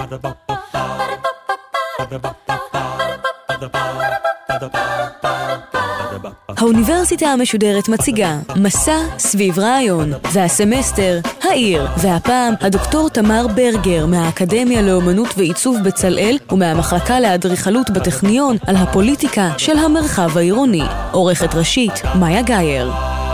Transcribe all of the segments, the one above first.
האוניברסיטה המשודרת מציגה מסע סביב רעיון, והסמסטר העיר, והפעם הדוקטור תמר ברגר מהאקדמיה לאומנות ועיצוב בצלאל ומהמחלקה לאדריכלות בטכניון על הפוליטיקה של המרחב העירוני. עורכת ראשית מאיה גייר.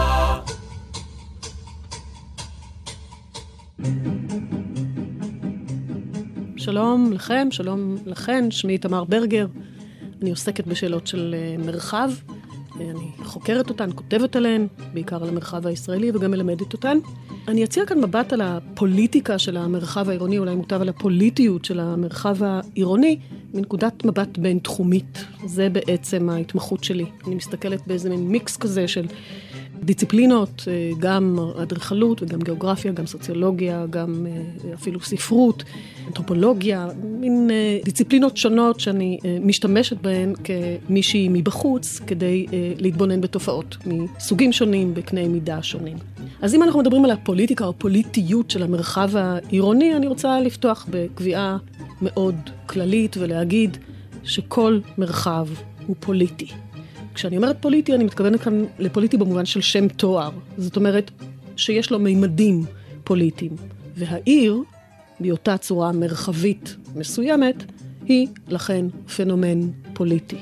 שלום לכם, שלום לכן, שמי תמר ברגר. אני עוסקת בשאלות של מרחב. אני חוקרת אותן, כותבת עליהן, בעיקר על המרחב הישראלי וגם מלמדת אותן. אני אציע כאן מבט על הפוליטיקה של המרחב העירוני, אולי מוטב על הפוליטיות של המרחב העירוני, מנקודת מבט בין תחומית. זה בעצם ההתמחות שלי. אני מסתכלת באיזה מין מיקס כזה של דיציפלינות, גם אדריכלות וגם גיאוגרפיה, גם סוציולוגיה, גם אפילו ספרות, אנתרופולוגיה, מין דיציפלינות שונות שאני משתמשת בהן כמישהי מבחוץ כדי להתבונן בתופעות מסוגים שונים, בקנה מידה שונים. אז אם אנחנו מדברים על הפוליטיקה או פוליטיות של המרחב העירוני, אני רוצה לפתוח בקביעה מאוד כללית ולהגיד שכל מרחב הוא פוליטי. כשאני אומרת פוליטי, אני מתכוונת כאן לפוליטי במובן של שם תואר. זאת אומרת שיש לו מימדים פוליטיים. והעיר, באותה צורה מרחבית מסוימת, היא לכן פנומן פוליטי.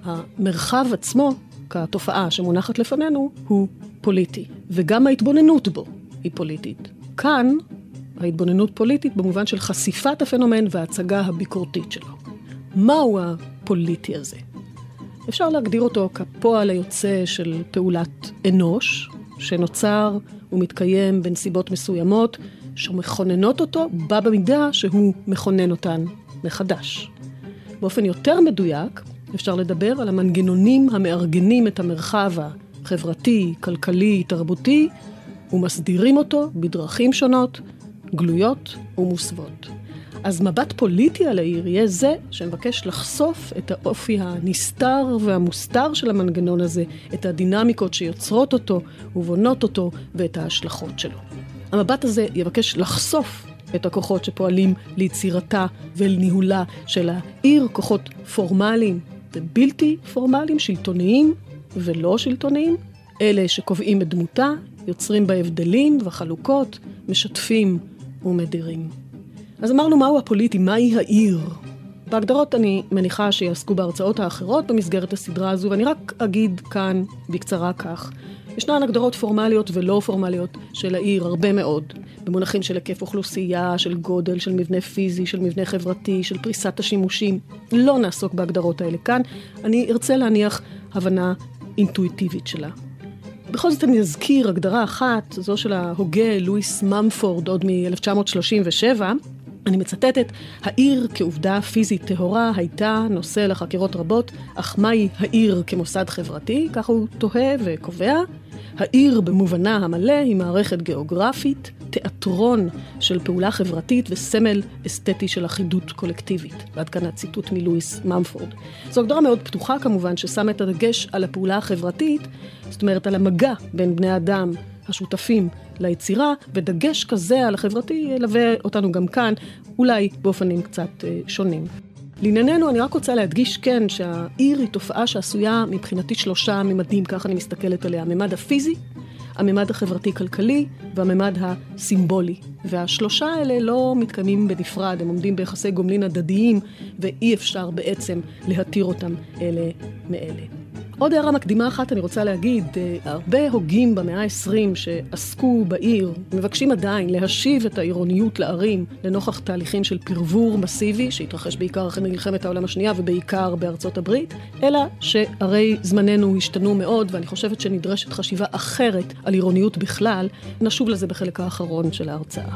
המרחב עצמו, כתופעה שמונחת לפנינו, הוא פוליטי. וגם ההתבוננות בו היא פוליטית. כאן, ההתבוננות פוליטית במובן של חשיפת הפנומן וההצגה הביקורתית שלו. מהו הפוליטי הזה? אפשר להגדיר אותו כפועל היוצא של פעולת אנוש, שנוצר ומתקיים בנסיבות מסוימות, שמכוננות אותו בה במידה שהוא מכונן אותן מחדש. באופן יותר מדויק, אפשר לדבר על המנגנונים המארגנים את המרחב החברתי, כלכלי, תרבותי, ומסדירים אותו בדרכים שונות, גלויות ומוסוות. אז מבט פוליטי על העיר יהיה זה שמבקש לחשוף את האופי הנסתר והמוסתר של המנגנון הזה, את הדינמיקות שיוצרות אותו ובונות אותו ואת ההשלכות שלו. המבט הזה יבקש לחשוף את הכוחות שפועלים ליצירתה ולניהולה של העיר, כוחות פורמליים ובלתי פורמליים, שלטוניים ולא שלטוניים, אלה שקובעים את דמותה, יוצרים בה הבדלים וחלוקות, משתפים ומדירים. אז אמרנו מהו הפוליטי, מהי העיר? בהגדרות אני מניחה שיעסקו בהרצאות האחרות במסגרת הסדרה הזו, ואני רק אגיד כאן בקצרה כך. ישנן הגדרות פורמליות ולא פורמליות של העיר, הרבה מאוד. במונחים של היקף אוכלוסייה, של גודל, של מבנה פיזי, של מבנה חברתי, של פריסת השימושים. לא נעסוק בהגדרות האלה כאן. אני ארצה להניח הבנה אינטואיטיבית שלה. בכל זאת אני אזכיר הגדרה אחת, זו של ההוגה לואיס ממפורד עוד מ-1937, אני מצטטת, העיר כעובדה פיזית טהורה הייתה נושא לחקירות רבות, אך מהי העיר כמוסד חברתי? כך הוא תוהה וקובע. העיר במובנה המלא היא מערכת גיאוגרפית, תיאטרון של פעולה חברתית וסמל אסתטי של אחידות קולקטיבית. ועד כאן הציטוט מלואיס ממפורד. זו הגדרה מאוד פתוחה כמובן, ששמה את הדגש על הפעולה החברתית, זאת אומרת על המגע בין בני אדם השותפים ליצירה, ודגש כזה על החברתי ילווה אותנו גם כאן, אולי באופנים קצת שונים. לענייננו אני רק רוצה להדגיש כן שהעיר היא תופעה שעשויה מבחינתי 3 ממדים, כך אני מסתכלת עליה, הממד הפיזי, הממד החברתי-כלכלי והממד הסימבולי. והשלושה האלה לא מתקיימים בנפרד, הם עומדים ביחסי גומלין הדדיים, ואי אפשר בעצם להתיר אותם אלה מאלה. עוד הערה מקדימה אחת אני רוצה להגיד, הרבה הוגים במאה ה-20 שעסקו בעיר, מבקשים עדיין להשיב את העירוניות לערים לנוכח תהליכים של פרבור מסיבי, שהתרחש בעיקר אחרי מלחמת העולם השנייה ובעיקר בארצות הברית, אלא שהרי זמננו השתנו מאוד, ואני חושבת שנדרשת חשיבה אחרת על עירוניות בכלל, נשוב לזה בחלק האחרון של ההרצאה.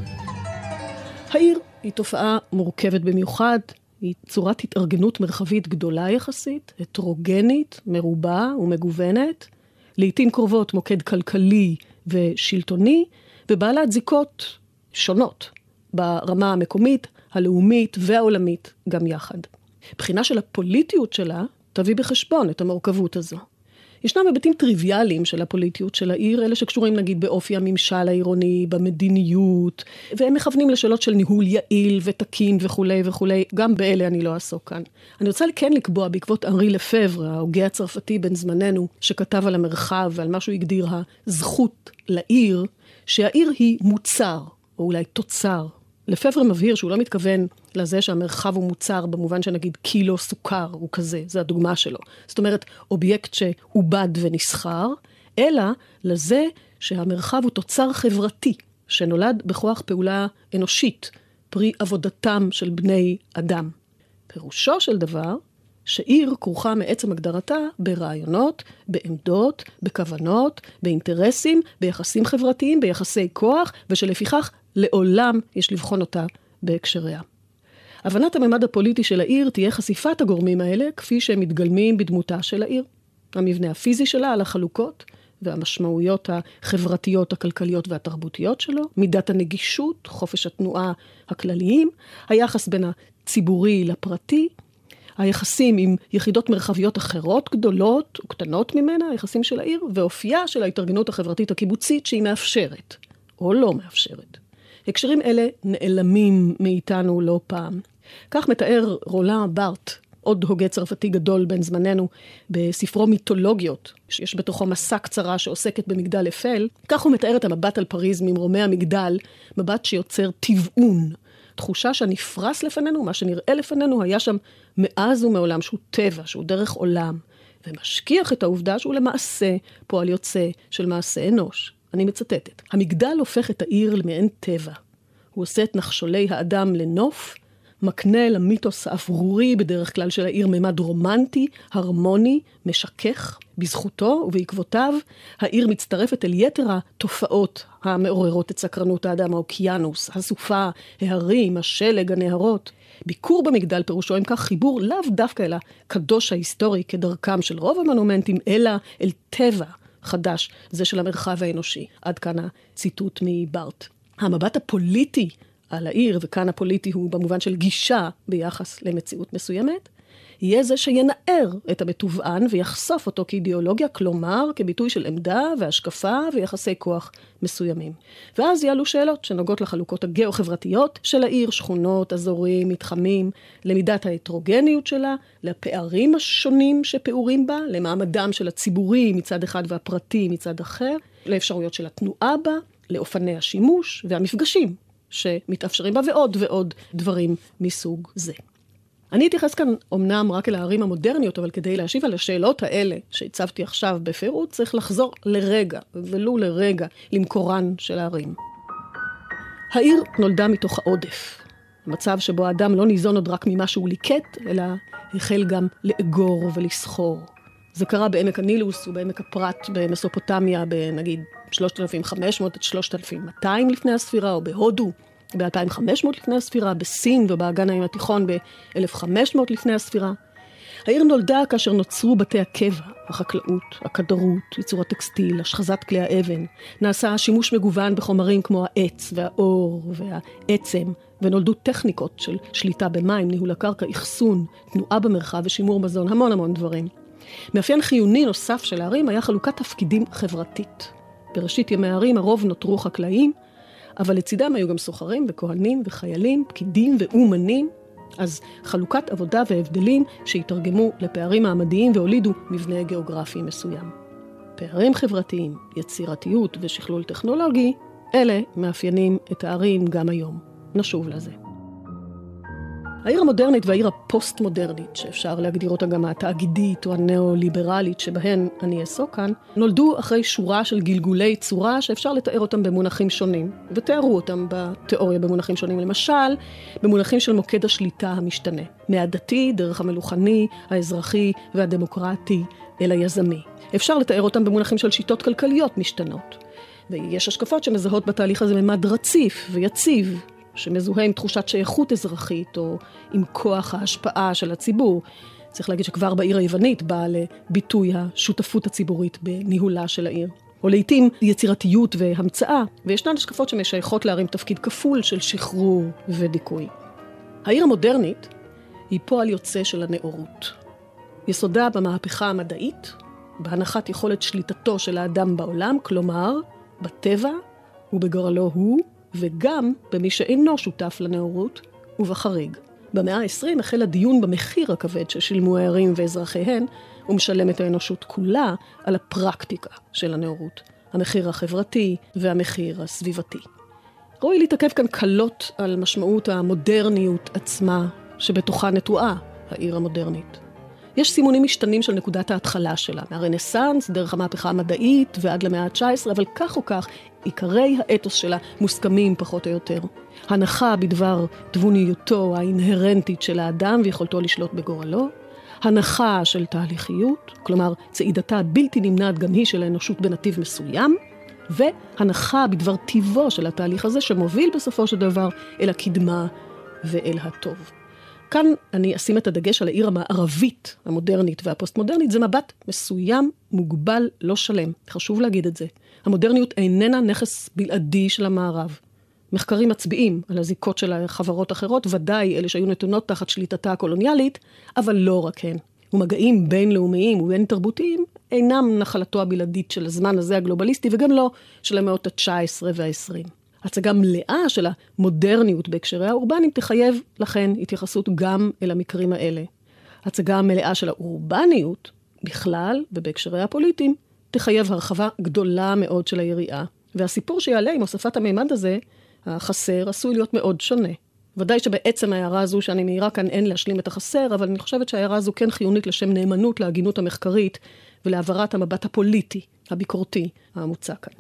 העיר היא תופעה מורכבת במיוחד, היא צורת התארגנות מרחבית גדולה יחסית, הטרוגנית, מרובה ומגוונת, לעתים קרובות מוקד כלכלי ושלטוני, ובעלת זיקות שונות ברמה המקומית, הלאומית והעולמית גם יחד. בחינה של הפוליטיות שלה תביא בחשבון את המורכבות הזו. ישנם היבטים טריוויאליים של הפוליטיות של העיר, אלה שקשורים נגיד באופי הממשל העירוני, במדיניות, והם מכוונים לשאלות של ניהול יעיל ותקין וכו' וכו', גם באלה אני לא אעסוק כאן. אני רוצה כן לקבוע בעקבות אנרי לפבר, ההוגה הצרפתי בן זמננו, שכתב על המרחב ועל מה שהוא הגדיר הזכות לעיר, שהעיר היא מוצר, או אולי תוצר. לפבר מבהיר שהוא לא מתכוון לזה שהמרחב הוא מוצר, במובן שנגיד קילו סוכר הוא כזה, זה הדוגמה שלו. זאת אומרת, אובייקט שעובד ונסחר, אלא לזה שהמרחב הוא תוצר חברתי, שנולד בכוח פעולה אנושית, פרי עבודתם של בני אדם. פירושו של דבר, שעיר כרוכה מעצם הגדרתה ברעיונות, בעמדות, בכוונות, באינטרסים, ביחסים חברתיים, ביחסי כוח, ושלפיכך לעולם יש לבחון אותה בהקשריה. הבנת הממד הפוליטי של העיר תהיה חשיפת הגורמים האלה, כפי שהם מתגלמים בדמותה של העיר. המבנה הפיזי שלה על החלוקות, והמשמעויות החברתיות, הכלכליות והתרבותיות שלו, מידת הנגישות, חופש התנועה הכלליים, היחס בין הציבורי לפרטי, היחסים עם יחידות מרחביות אחרות גדולות וקטנות ממנה, היחסים של העיר, ואופייה של ההתארגנות החברתית הקיבוצית שהיא מאפשרת, או לא מאפשרת. הקשרים אלה נעלמים מאיתנו לא פעם. כך מתאר רולן בארט, עוד הוגה צרפתי גדול בן זמננו, בספרו מיתולוגיות, שיש בתוכו מסע קצרה שעוסקת במגדל אפל. כך הוא מתאר את המבט על פריז ממרומי המגדל, מבט שיוצר טבעון. תחושה שנפרס לפנינו, מה שנראה לפנינו, היה שם מאז ומעולם, שהוא טבע, שהוא דרך עולם, ומשכיח את העובדה שהוא למעשה פועל יוצא של מעשה אנוש. אני מצטטת. המגדל הופך את העיר למעין טבע. הוא עושה את נחשולי האדם לנוף, מקנה למיתוס האפרורי בדרך כלל של העיר ממד רומנטי, הרמוני, משכך. בזכותו ובעקבותיו, העיר מצטרפת אל יתר התופעות המעוררות את סקרנות האדם, האוקיינוס, הסופה, ההרים, השלג, הנהרות. ביקור במגדל פירושו אם כך חיבור לאו דווקא אל הקדוש ההיסטורי כדרכם של רוב המונומנטים, אלא אל טבע חדש, זה של המרחב האנושי. עד כאן הציטוט מבארט. המבט הפוליטי על העיר, וכאן הפוליטי הוא במובן של גישה ביחס למציאות מסוימת, יהיה זה שינער את המתובען ויחשוף אותו כאידיאולוגיה, כלומר כביטוי של עמדה והשקפה ויחסי כוח מסוימים. ואז יעלו שאלות שנוגעות לחלוקות הגיאו-חברתיות של העיר, שכונות, אזורים, מתחמים, למידת ההטרוגניות שלה, לפערים השונים שפעורים בה, למעמדם של הציבורי מצד אחד והפרטי מצד אחר, לאפשרויות של התנועה בה, לאופני השימוש והמפגשים שמתאפשרים בה ועוד ועוד דברים מסוג זה. אני אתייחס כאן אמנם רק אל הערים המודרניות, אבל כדי להשיב על השאלות האלה שהצבתי עכשיו בפירוט, צריך לחזור לרגע, ולו לרגע, למקורן של הערים. העיר נולדה מתוך העודף. המצב שבו האדם לא ניזון עוד רק ממה שהוא ליקט, אלא החל גם לאגור ולסחור. זה קרה בעמק הנילוס ובעמק הפרת במסופוטמיה, בנגיד 3,500 עד 3,200 לפני הספירה, או בהודו, ב-2500 לפני הספירה, בסין ובאגן הים התיכון ב-1500 לפני הספירה. העיר נולדה כאשר נוצרו בתי הקבע, החקלאות, הכדרות, ייצור הטקסטיל, השחזת כלי האבן. נעשה שימוש מגוון בחומרים כמו העץ והאור והעצם, ונולדו טכניקות של שליטה במים, ניהול הקרקע, אחסון, תנועה במרחב ושימור מזון, המון דברים. מאפיין חיוני נוסף של הערים היה חלוקת תפקידים חברתית. בראשית ימי הערים הרוב נותרו חקלאים, אבל לצידם היו גם סוחרים וכהנים וחיילים, פקידים ואומנים, אז חלוקת עבודה והבדלים שהתרגמו לפערים מעמדיים והולידו מבנה גיאוגרפי מסוים. פערים חברתיים, יצירתיות ושכלול טכנולוגי, אלה מאפיינים את הערים גם היום. נשוב לזה. העיר המודרנית והעיר הפוסט-מודרנית, שאפשר להגדיר אותה גם התאגידית או הנאו-ליברלית שבהן אני אעסוק כאן, נולדו אחרי שורה של גלגולי צורה שאפשר לתאר אותם במונחים שונים, ותארו אותם בתיאוריה במונחים שונים, למשל, במונחים של מוקד השליטה המשתנה, מהדתי, דרך המלוכני, האזרחי והדמוקרטי אל היזמי. אפשר לתאר אותם במונחים של שיטות כלכליות משתנות, ויש השקפות שמזהות בתהליך הזה ממד רציף ויציב, שמזוהה עם תחושת שייכות אזרחית או עם כוח ההשפעה של הציבור. צריך להגיד שכבר בעיר היוונית באה לביטוי השותפות הציבורית בניהולה של העיר. או לעתים יצירתיות והמצאה, וישנן השקפות שמשייכות להרים תפקיד כפול של שחרור ודיכוי. העיר המודרנית היא פועל יוצא של הנאורות. יסודה במהפכה המדעית, בהנחת יכולת שליטתו של האדם בעולם, כלומר, בטבע ובגורלו הוא, וגם במי שאינו שותף לנאורות ובחריג. במאה ה-20 החל הדיון במחיר הכבד ששילמו הערים ואזרחיהן, ומשלמת האנושות כולה על הפרקטיקה של הנאורות, המחיר החברתי והמחיר הסביבתי. ראוי להתעכב כאן קלות על משמעות המודרניות עצמה שבתוכה נטועה העיר המודרנית. יש סימונים משתנים של נקודת ההתחלה שלה, מהרנסנס, דרך המהפכה המדעית ועד למאה ה-19, אבל כך או כך, עיקרי האתוס שלה מוסכמים פחות או יותר. הנחה בדבר תבוניותו האינהרנטית של האדם ויכולתו לשלוט בגורלו, הנחה של תהליכיות, כלומר צעידתה הבלתי נמנעת גם היא של האנושות בנתיב מסוים, והנחה בדבר טיבו של התהליך הזה שמוביל בסופו של דבר אל הקדמה ואל הטוב. כאן אני אשים את הדגש על העיר המערבית, המודרנית והפוסט-מודרנית, זה מבט מסוים, מוגבל, לא שלם. חשוב להגיד את זה. המודרניות איננה נכס בלעדי של המערב. מחקרים מצביעים על הזיקות של החברות אחרות, ודאי אלה שהיו נתונות תחת שליטתה הקולוניאלית, אבל לא רק הן. ומגעים בינלאומיים ובין תרבותיים אינם נחלתו הבלעדית של הזמן הזה הגלובליסטי, וגם לא של המאות ה-19 וה-20. הצגה מלאה של המודרניות בהקשרי האורבנים תחייב לכן התייחסות גם אל המקרים האלה. הצגה המלאה של האורבניות בכלל ובהקשרי הפוליטיים תחייב הרחבה גדולה מאוד של היריעה. והסיפור שיעלה עם הוספת המימד הזה, החסר, עשוי להיות מאוד שונה. ודאי שבעצם ההערה הזו שאני מעירה כאן אין להשלים את החסר, אבל אני חושבת שההערה הזו כן חיונית לשם נאמנות להגינות המחקרית ולהעברת המבט הפוליטי, הביקורתי, המוצע כאן.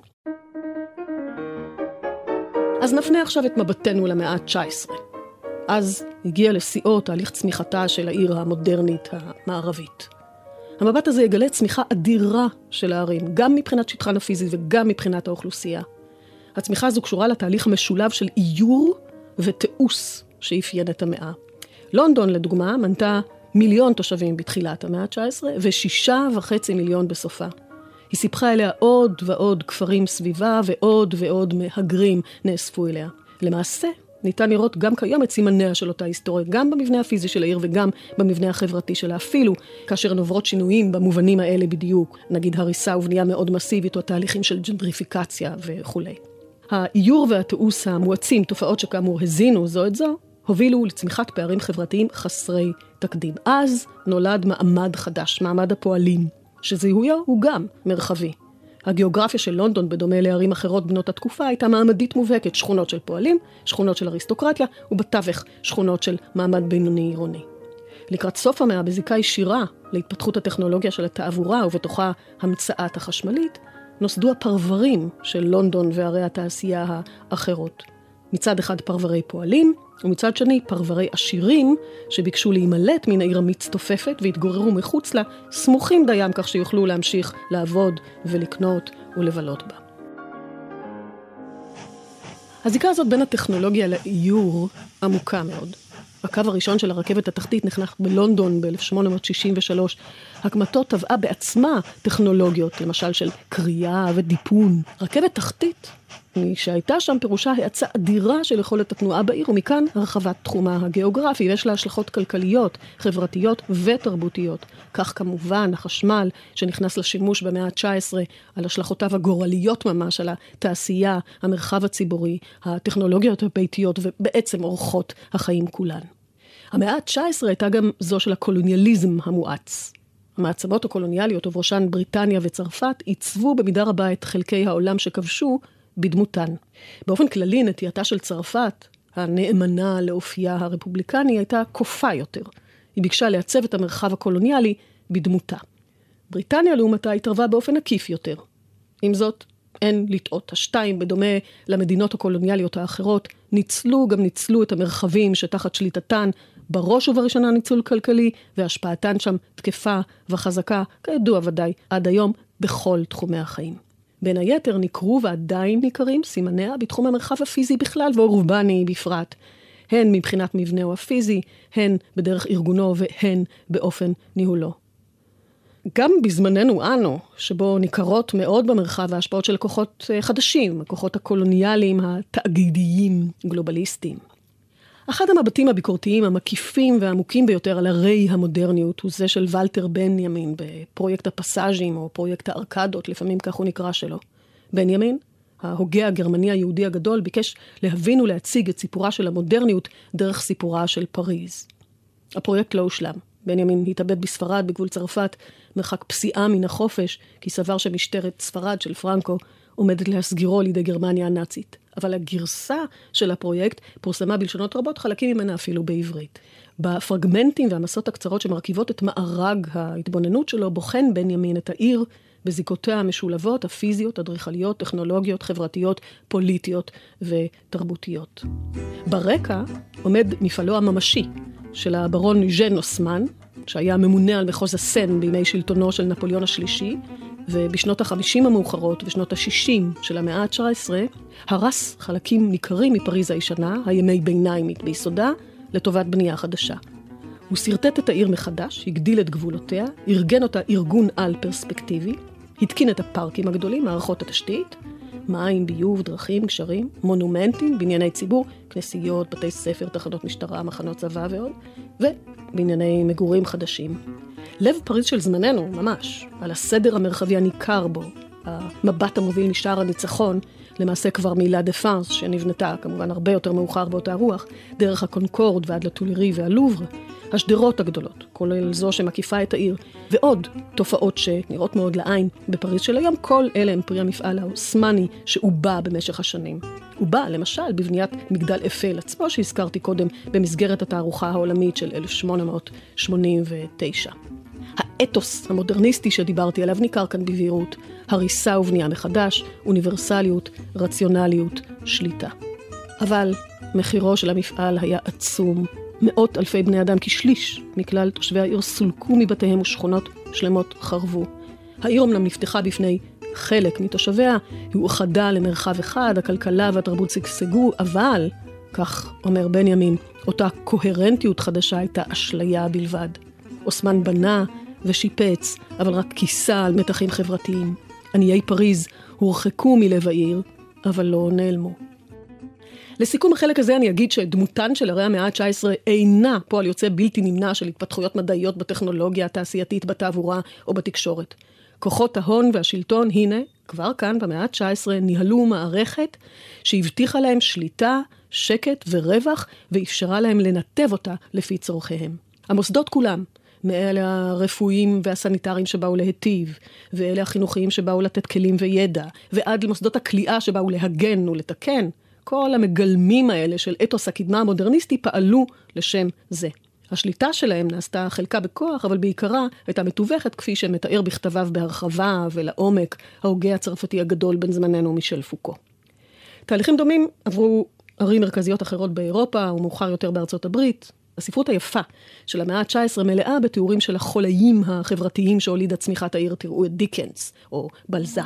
אז נפנה עכשיו את מבטנו למאה ה-19. אז הגיע לשיאו תהליך צמיחתה של העיר המודרנית המערבית. המבט הזה יגלה צמיחה אדירה של הערים, גם מבחינת שטחן הפיזי וגם מבחינת האוכלוסייה. הצמיחה הזו קשורה לתהליך המשולב של איור ותאוס שאפיין את המאה. לונדון, לדוגמה, מנתה 1,000,000 תושבים בתחילת המאה ה-19 ו6.5 מיליון בסופה. היא סיפחה אליה עוד ועוד כפרים סביבה ועוד ועוד מהגרים נאספו אליה. למעשה, ניתן לראות גם כיום את סימניה של אותה היסטוריה, גם במבנה הפיזי של העיר וגם במבנה החברתי שלה, אפילו כאשר הן עוברות שינויים במובנים האלה בדיוק, נגיד הריסה ובנייה מאוד מסיבית או תהליכים של ג'נדריפיקציה וכו'. האיור והתאוס המועצים, תופעות שכאמור הזינו זו את זו, הובילו לצמיחת פערים חברתיים חסרי תקדים. אז נולד מעמד חדש, מעמד הפועלים, שזיהויו הוא גם מרחבי. הגיאוגרפיה של לונדון, בדומה לערים אחרות בנות התקופה, הייתה מעמדית מובהקת, שכונות של פועלים, שכונות של אריסטוקרטיה, ובתווך שכונות של מעמד בינוני עירוני. לקראת סוף המאה, בזיקה ישירה להתפתחות הטכנולוגיה של התעבורה, ובתוכה המצאת החשמלית, נוסדו הפרברים של לונדון וערי התעשייה האחרות. מצד אחד פרברי פועלים, ומצד שני פרברי עשירים שביקשו להימלט מן העיר המצטופפת והתגוררו מחוץ לה, סמוכים דיים כך שיוכלו להמשיך לעבוד ולקנות ולבלות בה. הזיקה הזאת בין הטכנולוגיה לאיור עמוקה מאוד. הקו הראשון של הרכבת התחתית נחנך בלונדון ב-1863. הקמתו טבעה בעצמה טכנולוגיות, למשל של קריאה ודיפון. רכבת תחתית, שהייתה שם פירושה האצה אדירה של יכולת התנועה בעיר, ומכאן הרחבת תחומה הגיאוגרפי, ויש לה השלכות כלכליות, חברתיות ותרבותיות. כך כמובן החשמל שנכנס לשימוש במאה ה-19, על השלכותיו הגורליות ממש, על התעשייה, המרחב הציבורי, הטכנולוגיות הביתיות, ובעצם אורחות החיים כולן. המאה ה-19 הייתה גם זו של הקולוניאליזם המואץ. המעצמות הקולוניאליות, ובראשן בריטניה וצרפת, עיצבו במידה רבה את חלקי העולם שכבשו בדמותן. באופן כללי, נטייתה של צרפת, הנאמנה לאופייה הרפובליקני, הייתה כופה יותר. היא ביקשה לעצב את המרחב הקולוניאלי בדמותה. בריטניה לעומתה התערבה באופן עקיף יותר. עם זאת, אין לטעות. השתיים, בדומה למדינות הקולוניאליות האחרות, ניצלו את המרחבים שתחת שליטתן, בראש ובראשונה ניצול כלכלי, והשפעתן שם תקפה וחזקה, כידוע ודאי, עד היום, בכל תחומי החיים. בין היתר ניכרו ועדיין ניכרים סימניה בתחום המרחב הפיזי בכלל ואורבני בפרט, הן מבחינת מבנהו הפיזי, הן בדרך ארגונו והן באופן ניהולו. גם בזמננו אנו, שבו ניכרות מאוד במרחב ההשפעות של כוחות חדשים, הכוחות הקולוניאליים, התאגידיים, גלובליסטיים. אחד המבטים הביקורתיים המקיפים והעמוקים ביותר על הרי המודרניות הוא זה של ולטר בנימין בפרויקט הפסאז'ים או פרויקט הארקדות, לפעמים כך הוא נקרא שלו. בנימין, ההוגה הגרמני היהודי הגדול, ביקש להבין ולהציג את סיפורה של המודרניות דרך סיפורה של פריז. הפרויקט לא הושלם. בנימין התאבד בספרד בגבול צרפת, מרחק פסיעה מן החופש, כי סבר שמשטרת ספרד של פרנקו עומדת להסגירו לידי גרמניה הנאצית. אבל הגרסה של הפרויקט פורסמה בלשונות רבות, חלקים ממנה אפילו בעברית. בפרגמנטים והמסות הקצרות שמרכיבות את מארג ההתבוננות שלו, בוחן בנימין את העיר בזיקותיה המשולבות, הפיזיות, אדריכליות, טכנולוגיות, חברתיות, פוליטיות ותרבותיות. ברקע עומד מפעלו הממשי של הברון ז'ן אוסמן, שהיה ממונה על מחוז הסן בימי שלטונו של נפוליאון השלישי, ובשנות ה-50 המאוחרות ושנות ה-60 של המאה ה-19, הרס חלקים ניכרים מפריז הישנה, הימי ביניימית ביסודה, לטובת בנייה חדשה. הוא סרטט את העיר מחדש, הגדיל את גבולותיה, ארגן אותה ארגון על פרספקטיבי, התקין את הפארקים הגדולים, מערכות התשתית, מים, ביוב, דרכים, גשרים, מונומנטים, בנייני ציבור, כנסיות, בתי ספר, תחנות משטרה, מחנות צבא ועוד, ובנייני מגורים חדשים. לב פריז של זמננו, ממש, על הסדר המרחבי הניכר בו, המבט המוביל משער הניצחון, למעשה כבר מילה דה פאנס, שנבנתה כמובן הרבה יותר מאוחר באותה רוח, דרך הקונקורד ועד לטולרי והלובר, השדרות הגדולות, כולל זו שמקיפה את העיר, ועוד תופעות שנראות מאוד לעין בפריז של היום, כל אלה הם פרי המפעל האוסמני שעובע במשך השנים. הוא בא, למשל, בבניית מגדל אפל עצמו שהזכרתי קודם במסגרת התערוכה העולמית של 1889. האתוס המודרניסטי שדיברתי עליו ניכר כאן בבהירות, הריסה ובנייה מחדש, אוניברסליות, רציונליות, שליטה. אבל מחירו של המפעל היה עצום. מאות אלפי בני אדם, כשליש מכלל תושבי העיר, סולקו מבתיהם ושכונות שלמות חרבו. העיר אומנם נפתחה בפני חלק מתושביה, היא אוחדה למרחב אחד, הכלכלה והתרבות שגשגו, אבל, כך אומר בנימין, אותה קוהרנטיות חדשה הייתה אשליה בלבד. אוסמן בנה ושיפץ, אבל רק כיסה על מתחים חברתיים. עניי פריז הורחקו מלב העיר, אבל לא נעלמו. לסיכום החלק הזה אני אגיד שדמותן של ערי המאה ה-19 אינה פועל יוצא בלתי נמנע של התפתחויות מדעיות בטכנולוגיה התעשייתית, בתעבורה או בתקשורת. כוחות ההון והשלטון, הנה, כבר כאן במאה ה-19, ניהלו מערכת שהבטיחה להם שליטה, שקט ורווח, ואפשרה להם לנתב אותה לפי צורכיהם. המוסדות כולם, מאלה הרפואיים והסניטריים שבאו להיטיב, ואלה החינוכיים שבאו לתת כלים וידע, ועד למוסדות הכליאה שבאו להגן ולתקן, כל המגלמים האלה של אתוס הקדמה המודרניסטי פעלו לשם זה. השליטה שלהם נעשתה חלקה בכוח, אבל בעיקרה הייתה מתווכת כפי שמתאר בכתביו בהרחבה ולעומק ההוגה הצרפתי הגדול בן זמננו מישל פוקו. תהליכים דומים עברו ערים מרכזיות אחרות באירופה ומאוחר יותר בארצות הברית. הספרות היפה של המאה ה-19 מלאה בתיאורים של החולאים החברתיים שהוליד צמיחת העיר. תראו את דיקנס או בלזק.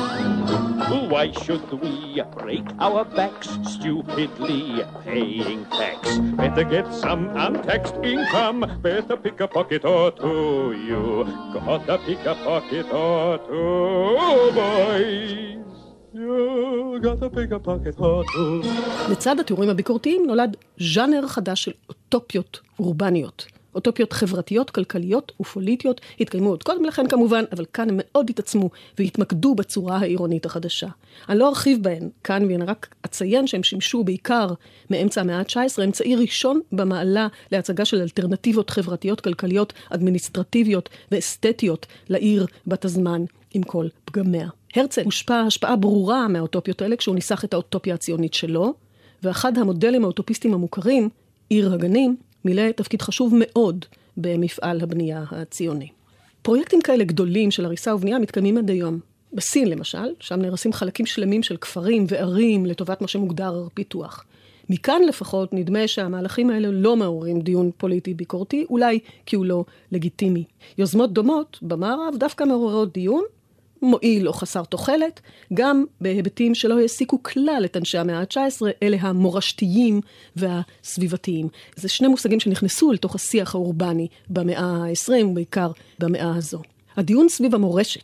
Why should we break our backs stupidly paying tax? Better get some untaxed income, better pick a pocket or two. You gotta pick a pocket or two, boys. You gotta pick a pocket or two. לצד התיאורים הביקורתיים נולד ז'אנר חדש של אוטופיות אורבניות. אוטופיות חברתיות, כלכליות ופוליטיות התקיימו עוד קודם לכן כמובן, אבל כאן הם מאוד התעצמו והתמקדו בצורה העירונית החדשה. אני לא ארחיב בהן כאן, ואני רק אציין שהם שימשו בעיקר מאמצע המאה ה-19, אמצעי ראשון במעלה להצגה של אלטרנטיבות חברתיות, כלכליות, אדמיניסטרטיביות ואסתטיות לעיר בת הזמן עם כל פגמיה. הרצל הושפע השפעה ברורה מהאוטופיות האלה כשהוא ניסח את האוטופיה הציונית שלו, ואחד המודלים האוטופיסטים המוכרים, עיר הגנים, מילא תפקיד חשוב מאוד במפעל הבנייה הציוני. פרויקטים כאלה גדולים של הריסה ובנייה מתקיימים עד היום. בסין למשל, שם נהרסים חלקים שלמים של כפרים וערים לטובת מה שמוגדר פיתוח. מכאן לפחות נדמה שהמהלכים האלה לא מעוררים דיון פוליטי ביקורתי, אולי כי הוא לא לגיטימי. יוזמות דומות במערב דווקא מעוררות דיון, מועיל או חסר תוחלת, גם בהיבטים שלא העסיקו כלל את אנשי המאה ה-19, אלה המורשתיים והסביבתיים. זה שני מושגים שנכנסו לתוך השיח האורבני במאה ה-20, ובעיקר במאה הזו. הדיון סביב המורשת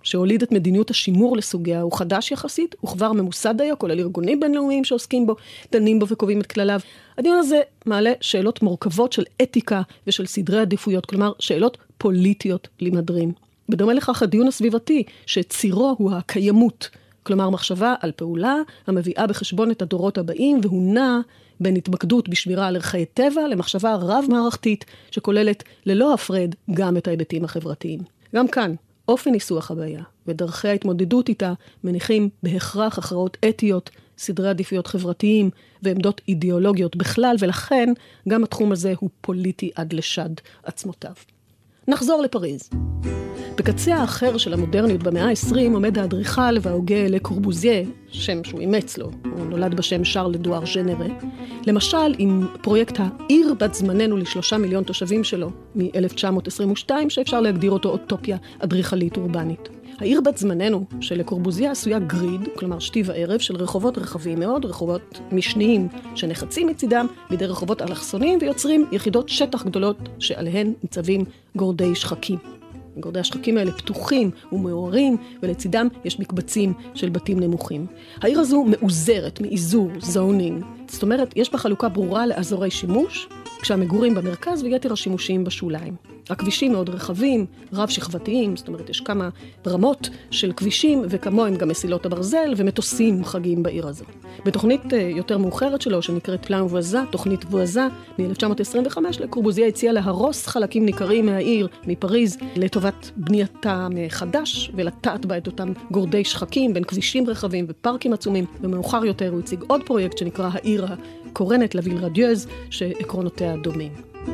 שהוליד את מדיניות השימור לסוגיה, הוא חדש יחסית, הוא כבר ממוסד דיו, כולל ארגונים בינלאומיים שעוסקים בו, דנים בו וקובעים את כלליו. הדיון הזה מעלה שאלות מורכבות של אתיקה ושל סדרי עדיפויות, כלומר שאלות פוליטיות למהדרין. בדומה לכך הדיון הסביבתי, שצירו הוא הקיימות, כלומר מחשבה על פעולה המביאה בחשבון את הדורות הבאים, והוא נע בין התמקדות בשמירה על ערכי טבע למחשבה רב-מערכתית שכוללת ללא הפרד גם את ההיבטים החברתיים. גם כאן, אופן ניסוח הבעיה ודרכי ההתמודדות איתה מניחים בהכרח הכרעות אתיות, סדרי עדיפויות חברתיים ועמדות אידיאולוגיות בכלל, ולכן גם התחום הזה הוא פוליטי עד לשד עצמותיו. נחזור לפריז. בקצה האחר של המודרניות במאה ה-20 עומד האדריכל וההוגה Le Corbusier, שם שהוא אימץ לו, הוא נולד בשם שרל אדואר ז'נרה, למשל עם פרויקט העיר בת זמננו ל3 מיליון תושבים שלו מ-1922, שאפשר להגדיר אותו אוטופיה אדריכלית אורבנית. העיר בת זמננו של Le Corbusier עשויה גריד, כלומר שתי וערב, של רחובות רחבים מאוד, רחובות משניים שנחצים מצידם בידי רחובות אלכסוניים ויוצרים יחידות שטח גדולות שעליהן ניצבים גורדי שחקים. גורדי השחקים האלה פתוחים ומאורים, ולצידם יש מקבצים של בתים נמוכים. העיר הזו מאוזרת מאיזור, זונינג. זאת אומרת, יש בה חלוקה ברורה לאזורי שימוש, כשהמגורים במרכז ויתר השימושים בשוליים. הכבישים מאוד רחבים, רב שכבתיים, זאת אומרת, יש כמה רמות של כבישים, וכמוהם גם מסילות הברזל ומטוסים חגים בעיר הזו. בתוכנית יותר מאוחרת שלו, שנקראת פלן וואזה, תוכנית וואזה, מ-1925, לקורבוזיה הציע להרוס חלקים ניכרים מהעיר, מפריז, לטובת בנייתה מחדש, ולטעת בה את אותם גורדי שחקים, בין כבישים רחבים ופארקים עצומים, ומאוחר יותר הוא הציג עוד פרויקט שנקרא העיר הקורנת, לוויל רדיוז, שעקרונותיה דומים.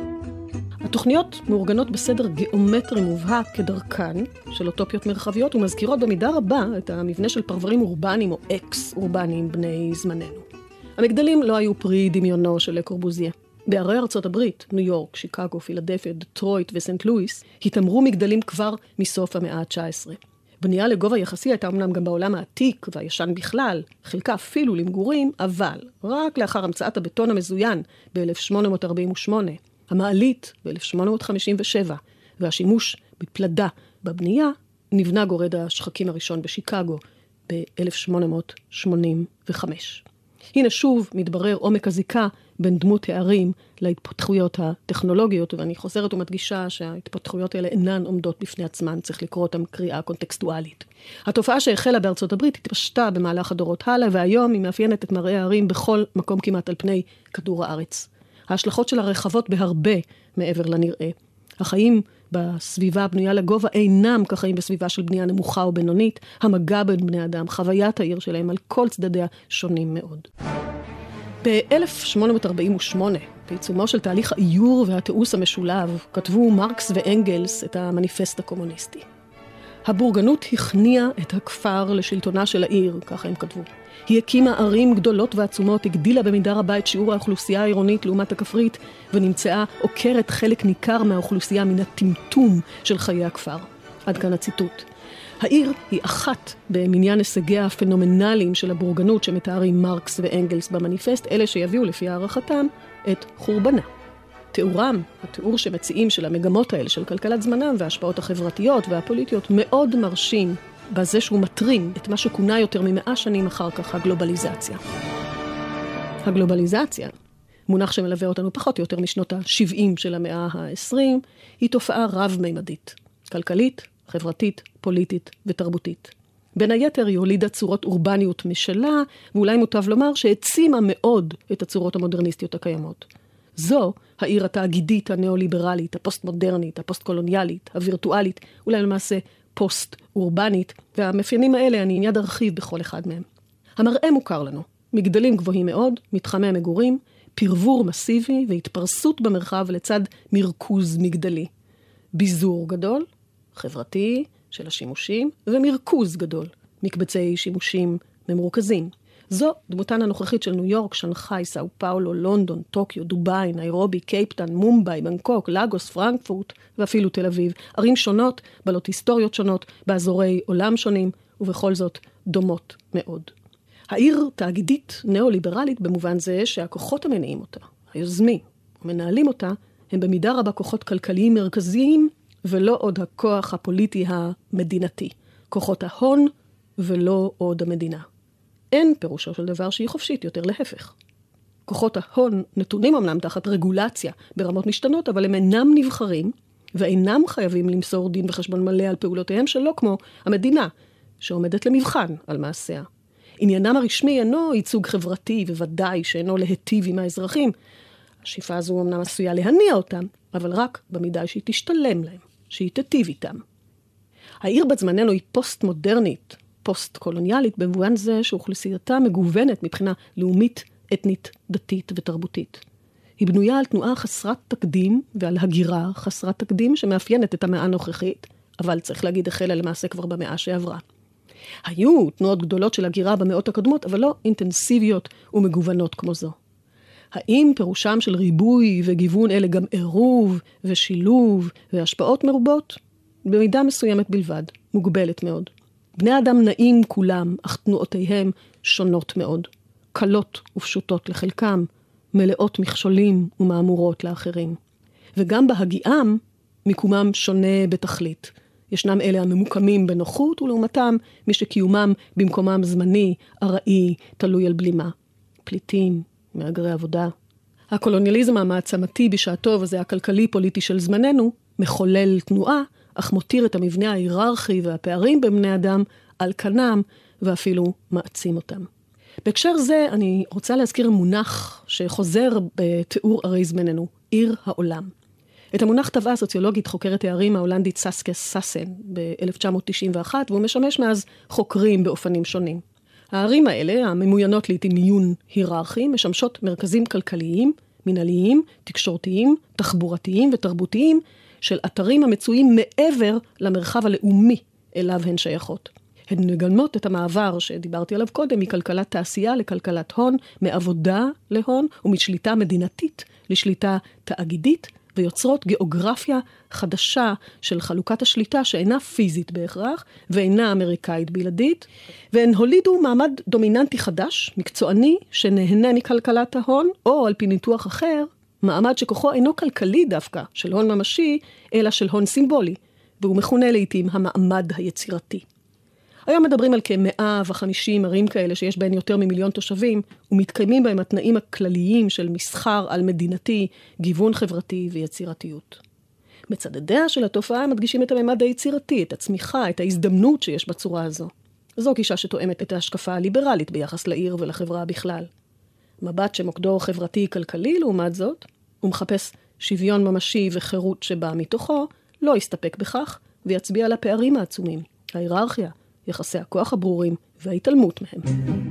התוכניות מאורגנות בסדר גיאומטרי מובהק כדרכן של אוטופיות מרחביות ומזכירות במידה רבה את המבנה של פרברים אורבניים או אקס אורבניים בני זמננו. המגדלים לא היו פרי דמיונו של לקורבוזיה. בערי ארצות הברית, ניו יורק, שיקגו, פילדלפיה, דטרויט וסנט לואיס, התאמרו מגדלים כבר מסוף המאה ה-19. בנייה לגובה יחסי הייתה אמנם גם בעולם העתיק והישן בכלל, חלקה אפילו למגורים, אבל רק לאחר המצאת הבטון המזוין ב-1848, המעלית ב-1857 והשימוש בפלדה בבנייה, נבנה גורד השחקים הראשון בשיקגו ב-1885. הנה שוב מתברר עומק הזיקה בין דמות הערים להתפתחויות הטכנולוגיות, ואני חוזרת ומדגישה שההתפתחויות האלה אינן עומדות בפני עצמן, צריך לקרוא אותם קריאה קונטקסטואלית. התופעה שהחלה בארצות הברית התפשטה במהלך הדורות הלאה, והיום היא מאפיינת את מראה הערים בכל מקום כמעט על פני כדור הארץ. ההשלכות של הרחבות בהרבה מעבר לנראה. החיים בסביבה הבנויה לגובה אינם כחיים בסביבה של בנייה נמוכה או בינונית. המגע בין בני אדם, חוויית העיר שלהם על כל צדדיה שונים מאוד. ב-1848, בעיצומו של תהליך האיור והתיעוש המשולב, כתבו מרקס ואנגלס את המניפסט הקומוניסטי. הבורגנות הכניעה את הכפר לשלטונה של העיר, ככה הם כתבו. היא הקימה ערים גדולות ועצומות, הגדילה במידה רבה את שיעור האוכלוסייה העירונית לעומת הכפרית, ונמצאה עוקרת חלק ניכר מהאוכלוסייה מן הטמטום של חיי הכפר. עד כאן הציטוט. העיר היא אחת במניין הישגיה הפנומנליים של הבורגנות שמתארים מרקס ואנגלס במניפסט, אלה שיביאו לפי הערכתם את חורבנה. תיאורם, התיאור שמציעים של המגמות האלה של כלכלת זמנם וההשפעות החברתיות והפוליטיות מאוד מרשים בזה שהוא מטרים את מה שכונה יותר מ100 שנים אחר כך הגלובליזציה. הגלובליזציה, מונח שמלווה אותנו פחות או יותר משנות ה-70 של המאה ה-20, היא תופעה רב-מימדית, כלכלית, חברתית, פוליטית ותרבותית. בין היתר היא הולידה צורות אורבניות משלה, ואולי מוטב לומר שהעצימה מאוד את הצורות המודרניסטיות הקיימות. זו העיר התאגידית, הנאו-ליברלית, הפוסט-מודרנית, הפוסט-קולוניאלית, הווירטואלית, אולי למעשה פוסט-אורבנית, והמאפיינים האלה אני מיד ארחיב בכל אחד מהם. המראה מוכר לנו, מגדלים גבוהים מאוד, מתחמי מגורים, פרבור מסיבי והתפרסות במרחב לצד מרכוז מגדלי. ביזור גדול, חברתי של השימושים, ומרכוז גדול, מקבצי שימושים ממורכזים. זו דמותן הנוכחית של ניו יורק, שנגחאי, סאו פאולו, לונדון, טוקיו, דובאי, ניירובי, קייפטאון, מומביי, בנקוק, לגוס, פרנקפורט ואפילו תל אביב. ערים שונות, בעלות היסטוריות שונות, באזורי עולם שונים, ובכל זאת דומות מאוד. העיר תאגידית נאו-ליברלית במובן זה שהכוחות המניעים אותה, היוזמים ומנהלים אותה, הם במידה רבה כוחות כלכליים מרכזיים, ולא עוד הכוח הפוליטי המדינתי. כוחות ההון ולא עוד המדינה. אין פירושו של דבר שהיא חופשית, יותר להפך. כוחות ההון נתונים אמנם תחת רגולציה ברמות משתנות, אבל הם אינם נבחרים ואינם חייבים למסור דין וחשבון מלא על פעולותיהם שלא כמו המדינה, שעומדת למבחן על מעשיה. עניינם הרשמי אינו ייצוג חברתי וודאי שאינו להיטיב עם האזרחים. השאיפה הזו אמנם עשויה להניע אותם, אבל רק במידה שהיא תשתלם להם, שהיא תיטיב איתם. העיר בת זמננו היא פוסט-מודרנית, פוסט-קולוניאלית, במובן זה שאוכלוסייתה מגוונת מבחינה לאומית, אתנית, דתית ותרבותית. היא בנויה על תנועה חסרת תקדים ועל הגירה חסרת תקדים שמאפיינת את המאה הנוכחית, אבל צריך להגיד החלה למעשה כבר במאה שעברה. היו תנועות גדולות של הגירה במאות הקודמות, אבל לא אינטנסיביות ומגוונות כמו זו. האם פירושם של ריבוי וגיוון אלה גם עירוב ושילוב והשפעות מרובות? במידה מסוימת בלבד, מוגבלת מאוד. בני האדם נעים כולם, אך תנועותיהם שונות מאוד. קלות ופשוטות לחלקם, מלאות מכשולים ומאמורות לאחרים. וגם בהגיעם, מיקומם שונה בתכלית. ישנם אלה הממוקמים בנוחות, ולעומתם מי שקיומם במקומם זמני, ארעי, תלוי על בלימה. פליטים, מהגרי עבודה. הקולוניאליזם המעצמתי בשעתו, וזה הכלכלי-פוליטי של זמננו, מחולל תנועה, אך מותיר את המבנה ההיררכי והפערים בין בני אדם על כנם, ואפילו מעצים אותם. בהקשר זה אני רוצה להזכיר מונח שחוזר בתיאור ערי זמננו, עיר העולם. את המונח טבעה סוציולוגית חוקרת הערים ההולנדית ססקה סאסן ב-1991, והוא משמש מאז חוקרים באופנים שונים. הערים האלה, הממוינות לעתים מיון היררכי, משמשות מרכזים כלכליים, מנהליים, תקשורתיים, תחבורתיים ותרבותיים, של אתרים המצויים מעבר למרחב הלאומי אליו הן שייכות. הן מגלמות את המעבר שדיברתי עליו קודם, מכלכלת תעשייה לכלכלת הון, מעבודה להון ומשליטה מדינתית לשליטה תאגידית, ויוצרות גיאוגרפיה חדשה של חלוקת השליטה שאינה פיזית בהכרח, ואינה אמריקאית בלעדית, והן הולידו מעמד דומיננטי חדש, מקצועני, שנהנה מכלכלת ההון, או על פי ניתוח אחר, מעמד שכוחו אינו כלכלי דווקא, של הון ממשי, אלא של הון סימבולי, והוא מכונה לעתים המעמד היצירתי. היום מדברים על כ-150 ערים כאלה שיש בהן יותר ממיליון תושבים, ומתקיימים בהם התנאים הכלליים של מסחר על מדינתי, גיוון חברתי ויצירתיות. מצדדיה של התופעה מדגישים את הממד היצירתי, את הצמיחה, את ההזדמנות שיש בצורה הזו. זו גישה שתואמת את ההשקפה הליברלית ביחס לעיר ולחברה בכלל. מבט שמוקדו חברתי-כלכלי לעומת זאת, ומחפש שוויון ממשי וחירות שבא מתוכו, לא יסתפק בכך ויצביע על הפערים העצומים, ההיררכיה, יחסי הכוח הברורים וההתעלמות מהם.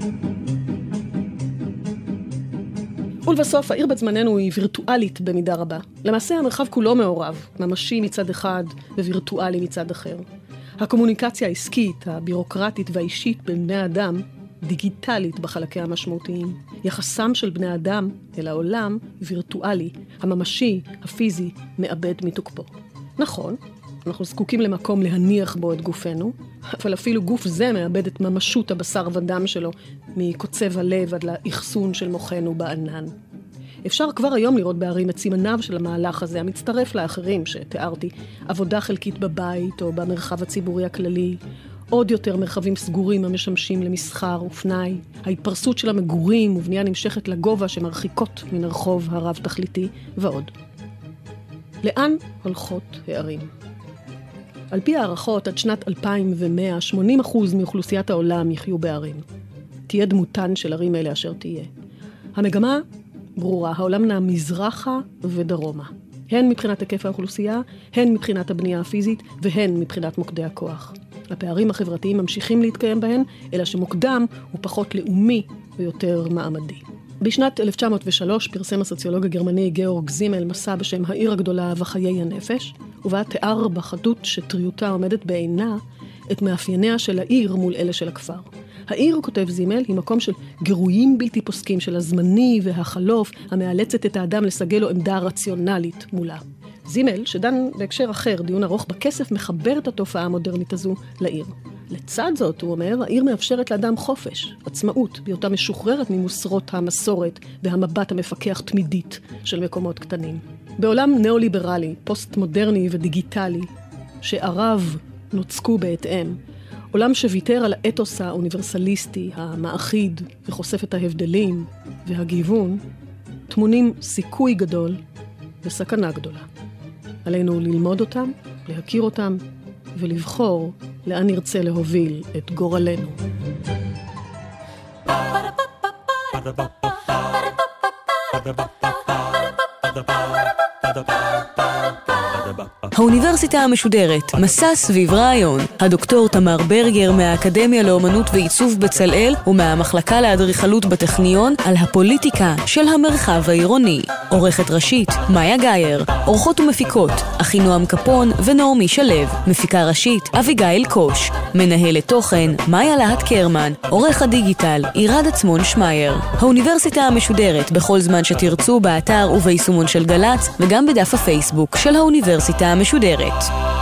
ולבסוף, העיר בת זמננו היא וירטואלית במידה רבה. למעשה המרחב כולו מעורב, ממשי מצד אחד ווירטואלי מצד אחר. הקומוניקציה העסקית, הבירוקרטית והאישית בין בני האדם, דיגיטלית בחלקי המשמעותיים. יחסם של בני האדם אל העולם וירטואלי, הממשי, הפיזי, מאבד מתוקפו. נכון, אנחנו זקוקים למקום להניח בו את גופנו, אבל אפילו גוף זה מאבד את ממשות הבשר ודם שלו, מקוצב הלב עד לאחסון של מוחנו בענן. אפשר כבר היום לראות בערים את סימניו של המהלך הזה, המצטרף לאחרים שתיארתי, עבודה חלקית בבית או במרחב הציבורי הכללי, עוד יותר מרחבים סגורים המשמשים למסחר ופנאי, ההתפרסות של המגורים ובנייה נמשכת לגובה שמרחיקות מן הרחוב הרב תכליתי ועוד. לאן הולכות הערים? על פי הערכות, עד שנת 2100, 80% מאוכלוסיית העולם יחיו בערים. תהיה דמותן של ערים אלה אשר תהיה. המגמה ברורה, העולם נע מזרחה ודרומה. הן מבחינת היקף האוכלוסייה, הן מבחינת הבנייה הפיזית, והן מבחינת מוקדי הכוח. הפערים החברתיים ממשיכים להתקיים בהן, אלא שמוקדם הוא פחות לאומי ויותר מעמדי. בשנת 1903 פרסם הסוציולוג הגרמני גאורג זימל מסע בשם העיר הגדולה וחיי הנפש, ובה תיאר בחדות שטריותה עומדת בעינה את מאפייניה של העיר מול אלה של הכפר. העיר, כותב זימל, היא מקום של גירויים בלתי פוסקים של הזמני והחלוף, המאלצת את האדם לסגל לו עמדה רציונלית מולה. זימל, שדן בהקשר אחר, דיון ארוך בכסף, מחבר את התופעה המודרנית הזו לעיר. לצד זאת, הוא אומר, העיר מאפשרת לאדם חופש, עצמאות, בהיותה משוחררת ממוסרות המסורת והמבט המפקח תמידית של מקומות קטנים. בעולם ניאו-ליברלי, פוסט-מודרני ודיגיטלי, שעריו נוצקו בהתאם, עולם שוויתר על האתוס האוניברסליסטי, המאחיד וחושף את ההבדלים והגיוון, טמונים סיכוי גדול וסכנה גדולה. עלינו ללמוד אותם, להכיר אותם ולבחור לאן נרצה להוביל את גורלנו. האוניברסיטה המשודרת, מסע סביב רעיון. הדוקטור תמר ברגר מהאקדמיה לאומנות ועיצוב בצלאל ומהמחלקה לאדריכלות בטכניון על הפוליטיקה של המרחב העירוני. עורכת ראשית, מאיה גייר. עורכות ומפיקות, אחינועם קפון ונעמי שלו. מפיקה ראשית, אביגיל קוש. מנהלת תוכן, מאיה להט קרמן. עורך הדיגיטל, עירד עצמון שמייר. האוניברסיטה המשודרת בכל זמן שתרצו באתר וביישומון של גלץ וגם בדף הפייסבוק של האוניברסיטה המשודרת.